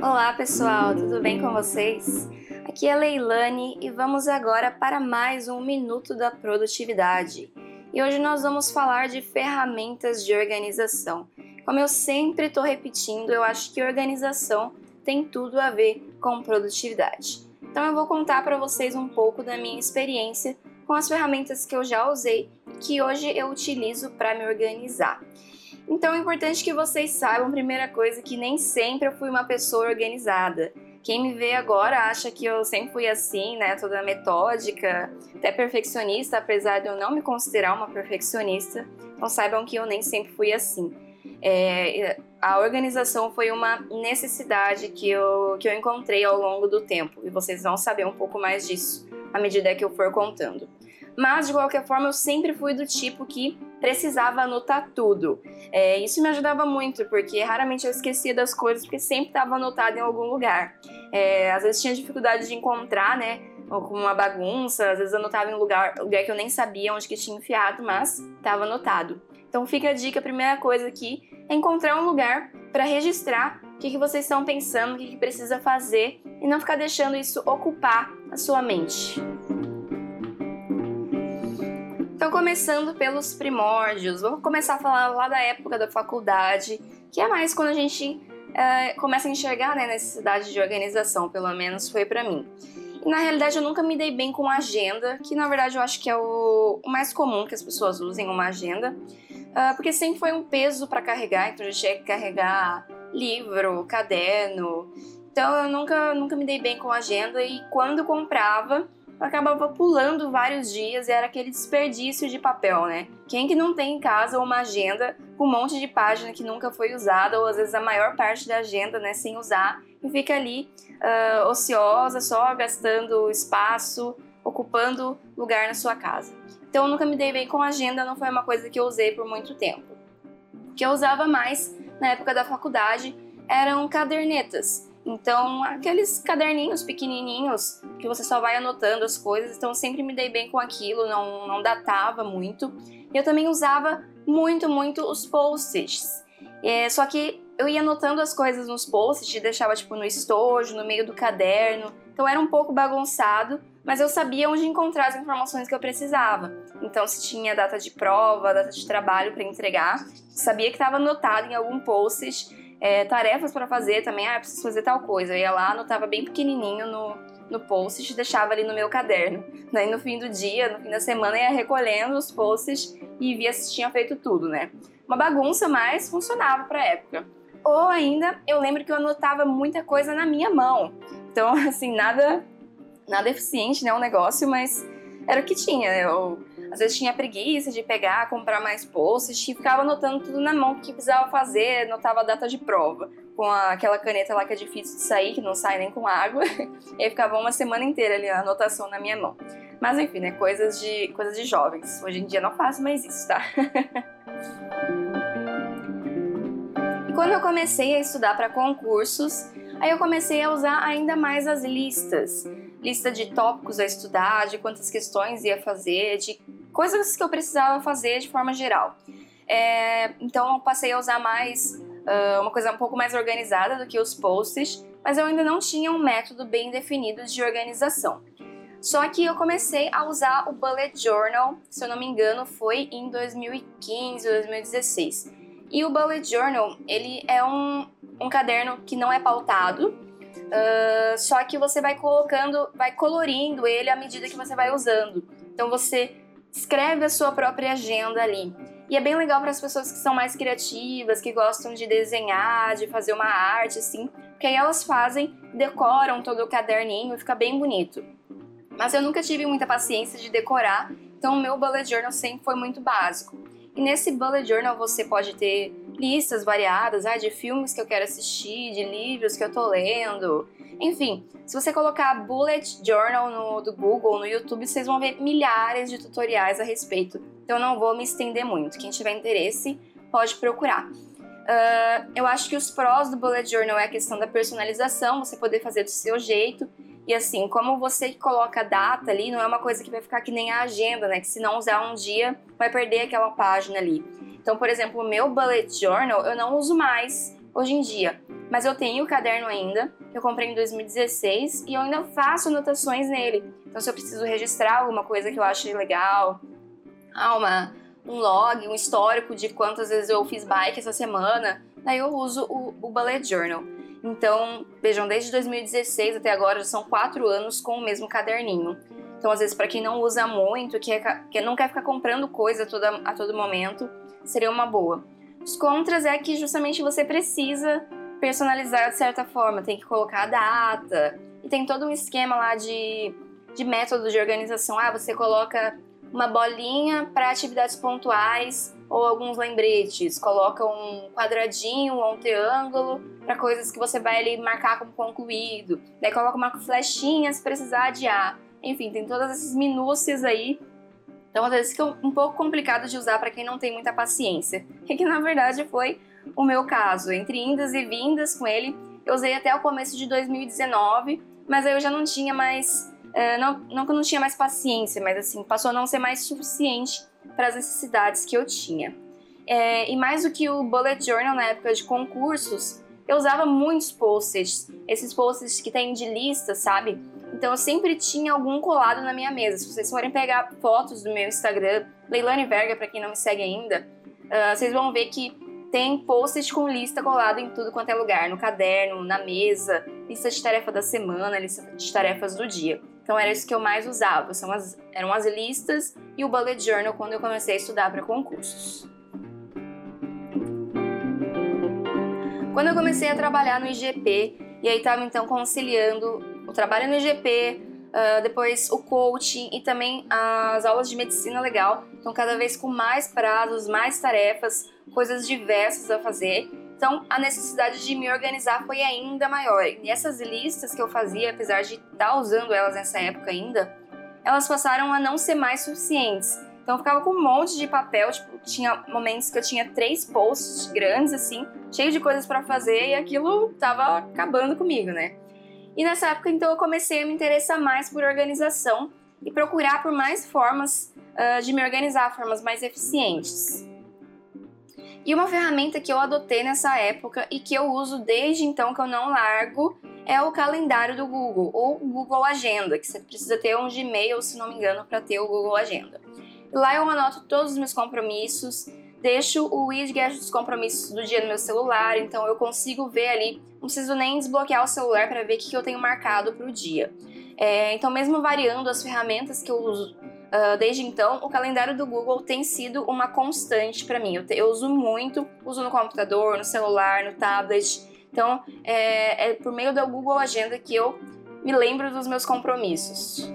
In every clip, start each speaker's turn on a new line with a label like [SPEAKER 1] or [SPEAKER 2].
[SPEAKER 1] Olá pessoal, tudo bem com vocês? Aqui é Leilane e vamos agora para mais um Minuto da Produtividade. E hoje nós vamos falar de ferramentas de organização. Como eu sempre estou repetindo, eu acho que organização tem tudo a ver com produtividade. Então eu vou contar para vocês um pouco da minha experiência com as ferramentas que eu já usei e que hoje eu utilizo para me organizar. Então é importante que vocês saibam, primeira coisa, que nem sempre eu fui uma pessoa organizada. Quem me vê agora acha que eu sempre fui assim, né, toda metódica, até perfeccionista, apesar de eu não me considerar uma perfeccionista. Então saibam que eu nem sempre fui assim. A organização foi uma necessidade que eu encontrei ao longo do tempo, e vocês vão saber um pouco mais disso à medida que eu for contando. Mas, de qualquer forma, eu sempre fui do tipo que precisava anotar tudo. Isso me ajudava muito, porque raramente eu esquecia das coisas, porque sempre estava anotado em algum lugar. Às vezes tinha dificuldade de encontrar, né, ou com uma bagunça, às vezes anotava em lugar que eu nem sabia onde que tinha enfiado, mas estava anotado. Então fica a dica, a primeira coisa aqui é encontrar um lugar para registrar o que vocês estão pensando, o que precisa fazer, e não ficar deixando isso ocupar a sua mente. Então, começando pelos primórdios, vou começar a falar lá da época da faculdade, que é mais quando a gente começa a enxergar, né, necessidade de organização, pelo menos foi pra mim. E na realidade eu nunca me dei bem com agenda, que na verdade eu acho que é o mais comum que as pessoas usem, uma agenda, porque sempre foi um peso para carregar, então eu tinha que carregar livro, caderno, então eu nunca me dei bem com agenda, e quando comprava, eu acabava pulando vários dias e era aquele desperdício de papel, né? Quem que não tem em casa uma agenda com um monte de página que nunca foi usada, ou às vezes a maior parte da agenda, né, sem usar, e fica ali ociosa, só gastando espaço, ocupando lugar na sua casa. Então eu nunca me dei bem com agenda, não foi uma coisa que eu usei por muito tempo. O que eu usava mais na época da faculdade eram cadernetas. Então, aqueles caderninhos pequenininhos que você só vai anotando as coisas, então eu sempre me dei bem com aquilo, não datava muito. E eu também usava muito os post-its. Só que eu ia anotando as coisas nos post-its, deixava tipo no estojo, no meio do caderno. Então era um pouco bagunçado, mas eu sabia onde encontrar as informações que eu precisava. Então, se tinha data de prova, data de trabalho para entregar, sabia que estava anotado em algum post-it. Tarefas para fazer também, preciso fazer tal coisa. Eu ia lá, anotava bem pequenininho no post-it e deixava ali no meu caderno. Daí no fim do dia, no fim da semana, eu ia recolhendo os post-its e via se tinha feito tudo, né? Uma bagunça, mas funcionava pra época. Ou ainda, eu lembro que eu anotava muita coisa na minha mão. Então, assim, nada eficiente, né, o negócio, mas era o que tinha. Eu às vezes tinha preguiça de pegar, comprar mais post-it e ficava anotando tudo na mão, o que precisava fazer, anotava a data de prova, com aquela caneta lá que é difícil de sair, que não sai nem com água, e aí ficava uma semana inteira ali a anotação na minha mão. Mas enfim, né, coisas de jovens. Hoje em dia não faço mais isso, tá? E quando eu comecei a estudar para concursos, aí eu comecei a usar ainda mais as listas. Lista de tópicos a estudar, de quantas questões ia fazer, de coisas que eu precisava fazer de forma geral. Então eu passei a usar mais, uma coisa um pouco mais organizada do que os post-its, mas eu ainda não tinha um método bem definido de organização. Só que eu comecei a usar o Bullet Journal, se eu não me engano foi em 2015 ou 2016. E o Bullet Journal, ele é um caderno que não é pautado, só que você vai colorindo ele à medida que você vai usando. Então você escreve a sua própria agenda ali. E é bem legal para as pessoas que são mais criativas, que gostam de desenhar, de fazer uma arte, assim, porque aí elas decoram todo o caderninho e fica bem bonito. Mas eu nunca tive muita paciência de decorar, então o meu Bullet Journal sempre foi muito básico. E nesse Bullet Journal você pode ter listas variadas, de filmes que eu quero assistir, de livros que eu tô lendo. Enfim, se você colocar Bullet Journal do Google, no YouTube, vocês vão ver milhares de tutoriais a respeito. Então não vou me estender muito. Quem tiver interesse pode procurar. Eu acho que os prós do Bullet Journal é a questão da personalização, você poder fazer do seu jeito. E assim, como você coloca a data ali, não é uma coisa que vai ficar que nem a agenda, né? Que se não usar um dia, vai perder aquela página ali. Então, por exemplo, o meu Bullet Journal eu não uso mais hoje em dia. mas eu tenho o caderno ainda, eu comprei em 2016 e eu ainda faço anotações nele. Então se eu preciso registrar alguma coisa que eu achei legal, um log, um histórico de quantas vezes eu fiz bike essa semana, daí eu uso o Bullet Journal. Então, vejam, desde 2016 até agora já são 4 anos com o mesmo caderninho. Então, às vezes, para quem não usa muito, que não quer ficar comprando coisa a todo momento, seria uma boa. Os contras é que justamente você precisa personalizar de certa forma, tem que colocar a data, e tem todo um esquema lá de método de organização. Você coloca uma bolinha para atividades pontuais ou alguns lembretes, coloca um quadradinho ou um triângulo para coisas que você vai ali marcar como concluído, daí coloca uma flechinha se precisar adiar. Enfim, tem todas essas minúcias aí. Então, às vezes fica um pouco complicado de usar para quem não tem muita paciência. E que, na verdade, foi o meu caso. Entre indas e vindas com ele, eu usei até o começo de 2019, mas aí eu já não tinha mais... Não que eu não tinha mais paciência, mas assim, passou a não ser mais suficiente para as necessidades que eu tinha. E mais do que o Bullet Journal na época de concursos, eu usava muitos post-its. Esses post-its que tem de lista, sabe? Então eu sempre tinha algum colado na minha mesa. Se vocês forem pegar fotos do meu Instagram, Leilane Verga, para quem não me segue ainda, vocês vão ver que tem post-it com lista colado em tudo quanto é lugar. No caderno, na mesa, lista de tarefa da semana, lista de tarefas do dia. Então era isso que eu mais usava, eram as listas e o Bullet Journal quando eu comecei a estudar para concursos. Quando eu comecei a trabalhar no IGP, e aí estava então conciliando o trabalho no IGP, depois o coaching e também as aulas de medicina legal, então cada vez com mais prazos, mais tarefas, coisas diversas a fazer. Então, a necessidade de me organizar foi ainda maior. E essas listas que eu fazia, apesar de estar usando elas nessa época ainda, elas passaram a não ser mais suficientes. Então, eu ficava com um monte de papel, tinha momentos que eu tinha 3 posts grandes, assim, cheio de coisas para fazer, e aquilo tava acabando comigo, né? E nessa época, então, eu comecei a me interessar mais por organização e procurar por mais formas de me organizar, formas mais eficientes. E uma ferramenta que eu adotei nessa época e que eu uso desde então, que eu não largo, é o calendário do Google, ou o Google Agenda, que você precisa ter um Gmail, se não me engano, para ter o Google Agenda. E lá eu anoto todos os meus compromissos, deixo o widget dos compromissos do dia no meu celular, então eu consigo ver ali, não preciso nem desbloquear o celular para ver o que eu tenho marcado para o dia. Então, mesmo variando as ferramentas que eu uso, desde então, o calendário do Google tem sido uma constante para mim. Eu uso muito, uso no computador, no celular, no tablet. Então, é por meio do Google Agenda que eu me lembro dos meus compromissos.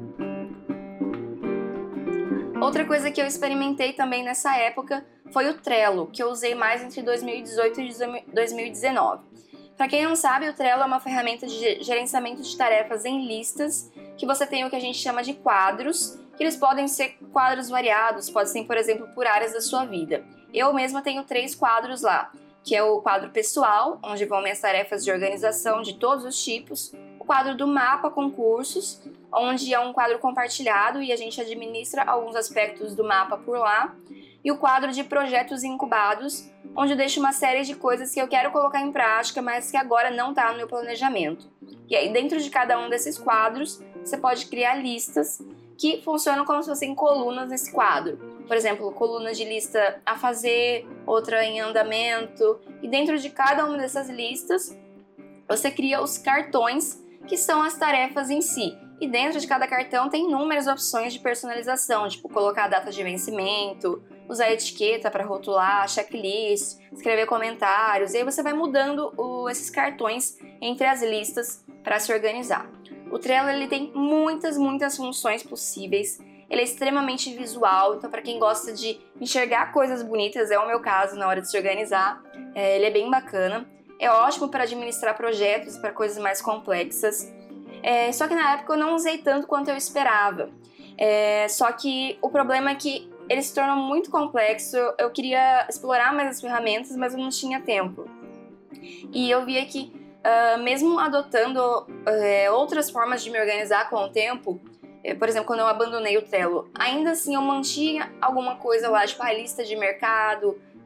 [SPEAKER 1] Outra coisa que eu experimentei também nessa época foi o Trello, que eu usei mais entre 2018 e 2019. Para quem não sabe, o Trello é uma ferramenta de gerenciamento de tarefas em listas, que você tem o que a gente chama de quadros, que eles podem ser quadros variados, pode ser, por exemplo, por áreas da sua vida. Eu mesma tenho 3 quadros lá, que é o quadro pessoal, onde vão minhas tarefas de organização de todos os tipos, o quadro do mapa concursos, onde é um quadro compartilhado e a gente administra alguns aspectos do mapa por lá, e o quadro de projetos incubados, onde eu deixo uma série de coisas que eu quero colocar em prática, mas que agora não está no meu planejamento. E aí, dentro de cada um desses quadros, você pode criar listas que funcionam como se fossem colunas nesse quadro. Por exemplo, coluna de lista a fazer, outra em andamento, e dentro de cada uma dessas listas, você cria os cartões, que são as tarefas em si. E dentro de cada cartão tem inúmeras opções de personalização, tipo colocar a data de vencimento, usar etiqueta para rotular, checklist, escrever comentários, e aí você vai mudando esses cartões entre as listas para se organizar. O Trello ele tem muitas funções possíveis, ele é extremamente visual, então para quem gosta de enxergar coisas bonitas, é o meu caso na hora de se organizar, ele é bem bacana, é ótimo para administrar projetos, para coisas mais complexas, só que na época eu não usei tanto quanto eu esperava, só que o problema é que ele se torna muito complexo, eu queria explorar mais as ferramentas, mas eu não tinha tempo. E eu via que, mesmo adotando outras formas de me organizar com o tempo, por exemplo, quando eu abandonei o Trello, ainda assim eu mantinha alguma coisa lá, tipo a lista de mercado,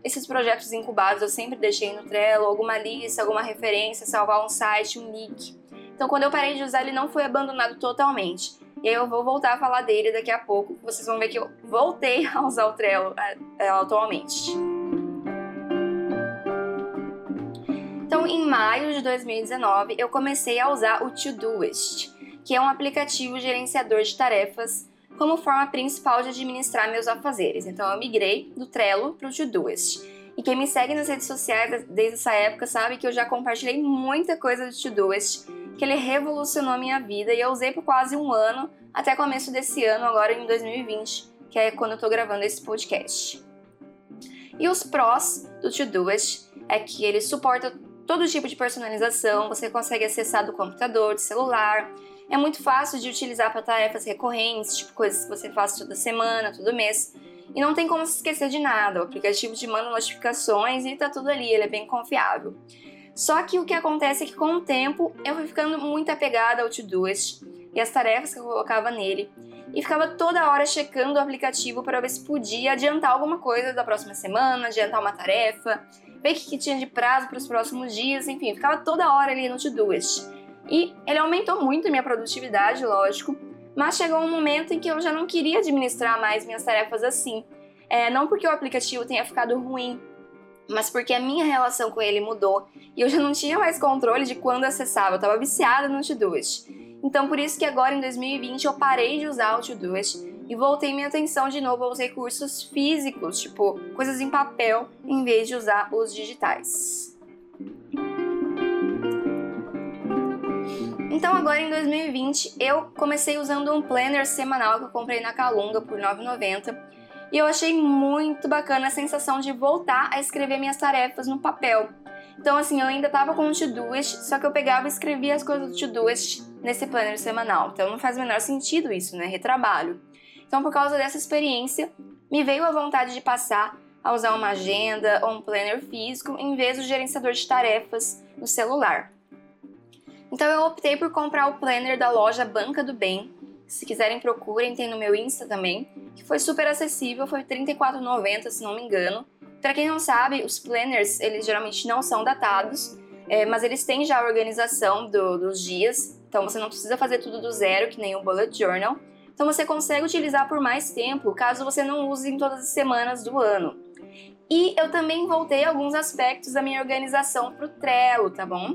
[SPEAKER 1] esses projetos incubados eu sempre deixei no Trello, alguma lista, alguma referência, salvar um site, um link. Então quando eu parei de usar, ele não foi abandonado totalmente. E aí eu vou voltar a falar dele daqui a pouco, vocês vão ver que eu voltei a usar o Trello atualmente. Então, em maio de 2019, eu comecei a usar o Todoist, que é um aplicativo gerenciador de tarefas como forma principal de administrar meus afazeres. Então, eu migrei do Trello para o Todoist. E quem me segue nas redes sociais desde essa época sabe que eu já compartilhei muita coisa do Todoist, que ele revolucionou a minha vida e eu usei por quase um ano, até começo desse ano, agora em 2020, que é quando eu tô gravando esse podcast. E os prós do Todoist é que ele suporta todo tipo de personalização, você consegue acessar do computador, do celular, é muito fácil de utilizar para tarefas recorrentes, tipo coisas que você faz toda semana, todo mês, e não tem como se esquecer de nada, o aplicativo te manda notificações e tá tudo ali, ele é bem confiável. Só que o que acontece é que com o tempo eu fui ficando muito apegada ao Todoist e as tarefas que eu colocava nele, e ficava toda hora checando o aplicativo para ver se podia adiantar alguma coisa da próxima semana, adiantar uma tarefa, ver o que tinha de prazo para os próximos dias, enfim, ficava toda hora ali no Todoist. E ele aumentou muito a minha produtividade, lógico, mas chegou um momento em que eu já não queria administrar mais minhas tarefas assim. Não porque o aplicativo tenha ficado ruim, mas porque a minha relação com ele mudou e eu já não tinha mais controle de quando acessava, eu estava viciada no Todoist. Então por isso que agora em 2020 eu parei de usar o Todoist e voltei minha atenção de novo aos recursos físicos, tipo coisas em papel, em vez de usar os digitais. Então agora em 2020 eu comecei usando um planner semanal que eu comprei na Calunga por R$ 9,90 e eu achei muito bacana a sensação de voltar a escrever minhas tarefas no papel. Então assim, eu ainda tava com o Todoist, só que eu pegava e escrevia as coisas do Todoist nesse planner semanal. Então não faz o menor sentido isso, né? Retrabalho. Então por causa dessa experiência, me veio a vontade de passar a usar uma agenda ou um planner físico em vez do gerenciador de tarefas no celular. Então eu optei por comprar o planner da loja Banca do Bem. Se quiserem procurem, tem no meu Insta também, que foi super acessível, foi R$ 34,90 se não me engano. Para quem não sabe, os planners, eles geralmente não são datados, mas eles têm já a organização dos dias, então você não precisa fazer tudo do zero, que nem o Bullet Journal. Então você consegue utilizar por mais tempo, caso você não use em todas as semanas do ano. E eu também voltei alguns aspectos da minha organização pro Trello, tá bom?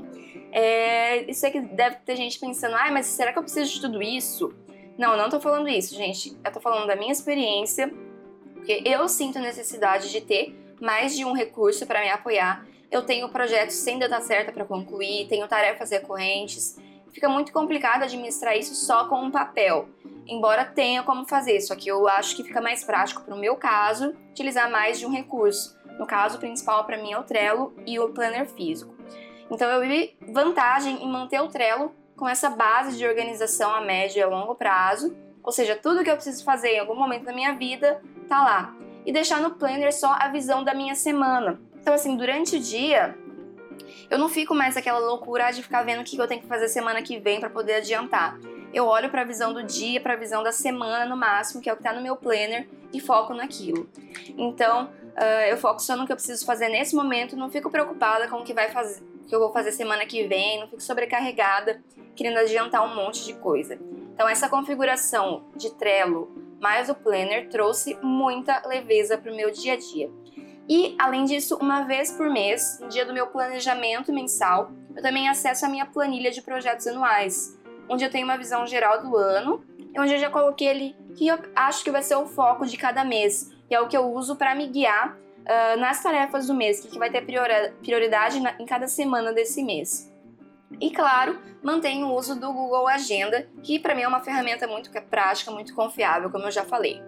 [SPEAKER 1] Isso é que deve ter gente pensando, mas será que eu preciso de tudo isso? Não, eu não tô falando isso, gente. Eu tô falando da minha experiência, porque eu sinto necessidade de ter mais de um recurso para me apoiar. Eu tenho projetos sem data certa para concluir, tenho tarefas recorrentes. Fica muito complicado administrar isso só com um papel, embora tenha como fazer, só que eu acho que fica mais prático para o meu caso utilizar mais de um recurso. No caso, o principal para mim é o Trello e o planner físico. Então eu vi vantagem em manter o Trello com essa base de organização a médio e a longo prazo, ou seja, tudo que eu preciso fazer em algum momento da minha vida tá lá. E deixar no planner só a visão da minha semana. Então assim, durante o dia, eu não fico mais aquela loucura de ficar vendo o que eu tenho que fazer semana que vem para poder adiantar. Eu olho para a visão do dia, para a visão da semana no máximo, que é o que está no meu planner, e foco naquilo. Então, eu foco só no que eu preciso fazer nesse momento, não fico preocupada com o que eu vou fazer semana que vem, não fico sobrecarregada, querendo adiantar um monte de coisa. Então, essa configuração de Trello mais o planner trouxe muita leveza para o meu dia a dia. E, além disso, uma vez por mês, no dia do meu planejamento mensal, eu também acesso a minha planilha de projetos anuais, onde eu tenho uma visão geral do ano, e onde eu já coloquei ali que eu acho que vai ser o foco de cada mês, e é o que eu uso para me guiar nas tarefas do mês, que vai ter prioridade em cada semana desse mês. E, claro, mantenho o uso do Google Agenda, que para mim é uma ferramenta muito prática, muito confiável, como eu já falei.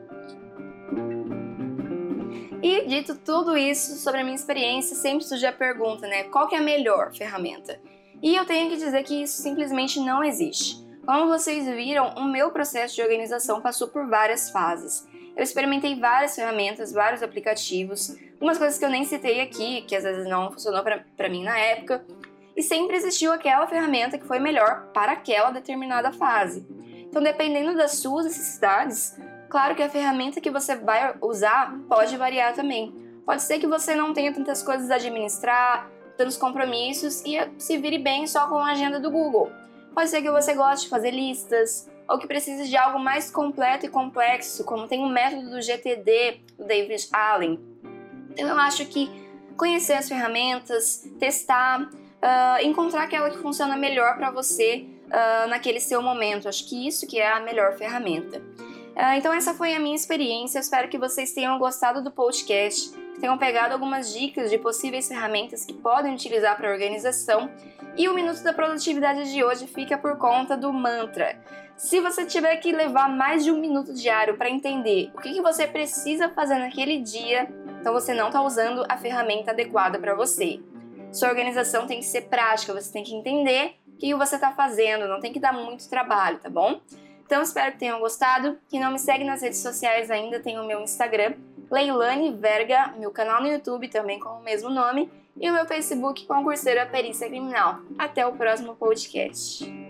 [SPEAKER 1] E dito tudo isso sobre a minha experiência, sempre surge a pergunta, né? Qual que é a melhor ferramenta? E eu tenho que dizer que isso simplesmente não existe. Como vocês viram, o meu processo de organização passou por várias fases. Eu experimentei várias ferramentas, vários aplicativos, algumas coisas que eu nem citei aqui, que às vezes não funcionou para mim na época, e sempre existiu aquela ferramenta que foi melhor para aquela determinada fase. Então, dependendo das suas necessidades, claro que a ferramenta que você vai usar pode variar também. Pode ser que você não tenha tantas coisas a administrar, tantos compromissos e se vire bem só com a agenda do Google. Pode ser que você goste de fazer listas, ou que precise de algo mais completo e complexo, como tem o método do GTD, do David Allen. Então eu acho que conhecer as ferramentas, testar, encontrar aquela que funciona melhor para você naquele seu momento. Acho que isso que é a melhor ferramenta. Então essa foi a minha experiência. Eu espero que vocês tenham gostado do podcast, que tenham pegado algumas dicas de possíveis ferramentas que podem utilizar para a organização. E o Minuto da Produtividade de hoje fica por conta do mantra. Se você tiver que levar mais de 1 minuto diário para entender o que você precisa fazer naquele dia, então você não está usando a ferramenta adequada para você. Sua organização tem que ser prática, você tem que entender o que você está fazendo, não tem que dar muito trabalho, tá bom? Então espero que tenham gostado. Quem não me segue nas redes sociais ainda tem o meu Instagram, Leilane Verga, meu canal no YouTube também com o mesmo nome, e o meu Facebook, Concurseira Perícia Criminal. Até o próximo podcast.